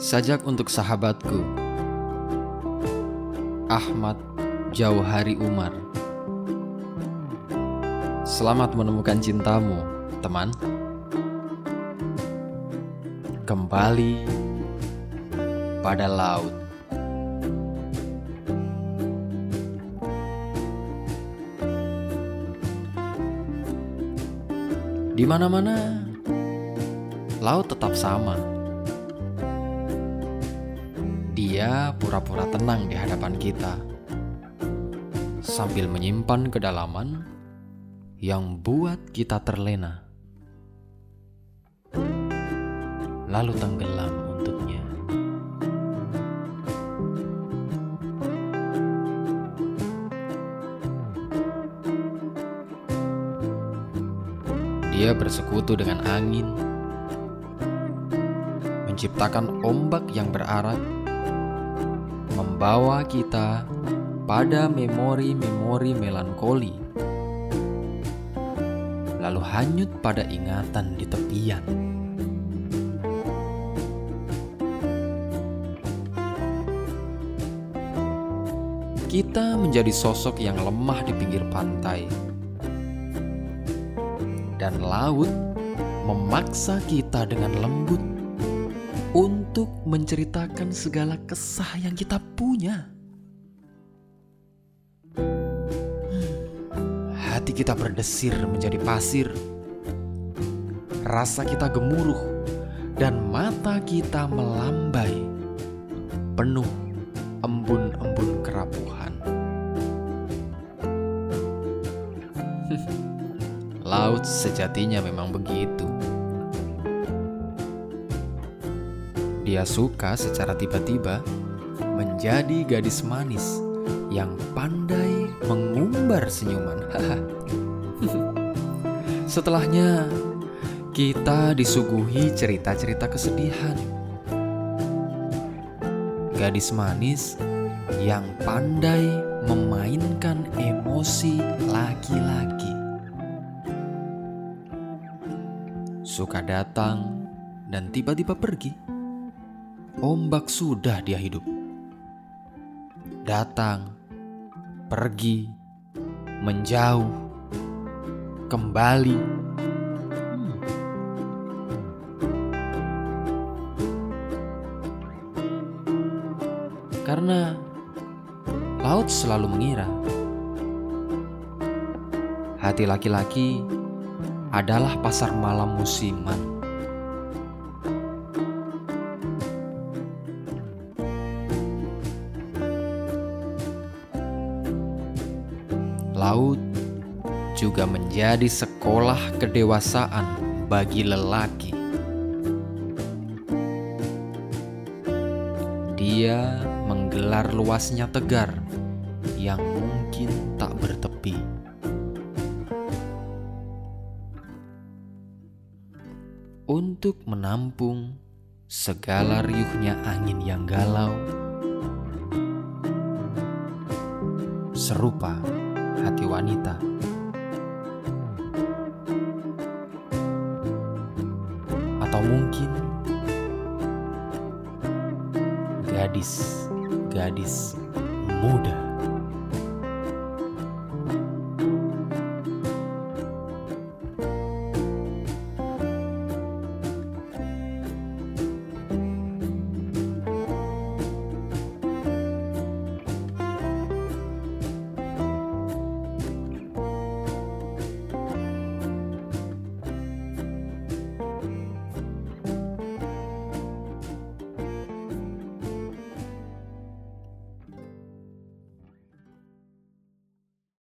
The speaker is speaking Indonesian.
Sajak untuk sahabatku, Ahmad Jauhari Umar. Selamat menemukan cintamu, teman. Kembali pada laut. Di mana-mana, laut tetap sama. Dia pura-pura tenang di hadapan kita, sambil menyimpan kedalaman yang buat kita terlena, lalu tenggelam untuknya. Dia bersekutu dengan angin, menciptakan ombak yang berarak, membawa kita pada memori-memori melankoli, lalu hanyut pada ingatan di tepian. Kita menjadi sosok yang lemah di pinggir pantai, dan laut memaksa kita dengan lembut untuk menceritakan segala kesah yang kita punya. Hati kita berdesir menjadi pasir, rasa kita gemuruh, dan mata kita melambai, penuh embun-embun kerapuhan. Laut sejatinya memang begitu. Dia suka secara tiba-tiba menjadi gadis manis yang pandai mengumbar senyuman. Setelahnya, kita disuguhi cerita-cerita kesedihan. Gadis manis yang pandai memainkan emosi laki-laki. Suka datang dan tiba-tiba pergi. Ombak sudah dia hidup. Datang, pergi, menjauh, kembali. Karena laut selalu mengira hati laki-laki adalah pasar malam musiman. Laut juga menjadi sekolah kedewasaan bagi lelaki. Dia menggelar luasnya tegar yang mungkin tak bertepi. Untuk menampung segala riuhnya angin yang galau, serupa hati wanita. Atau mungkin gadis-gadis muda.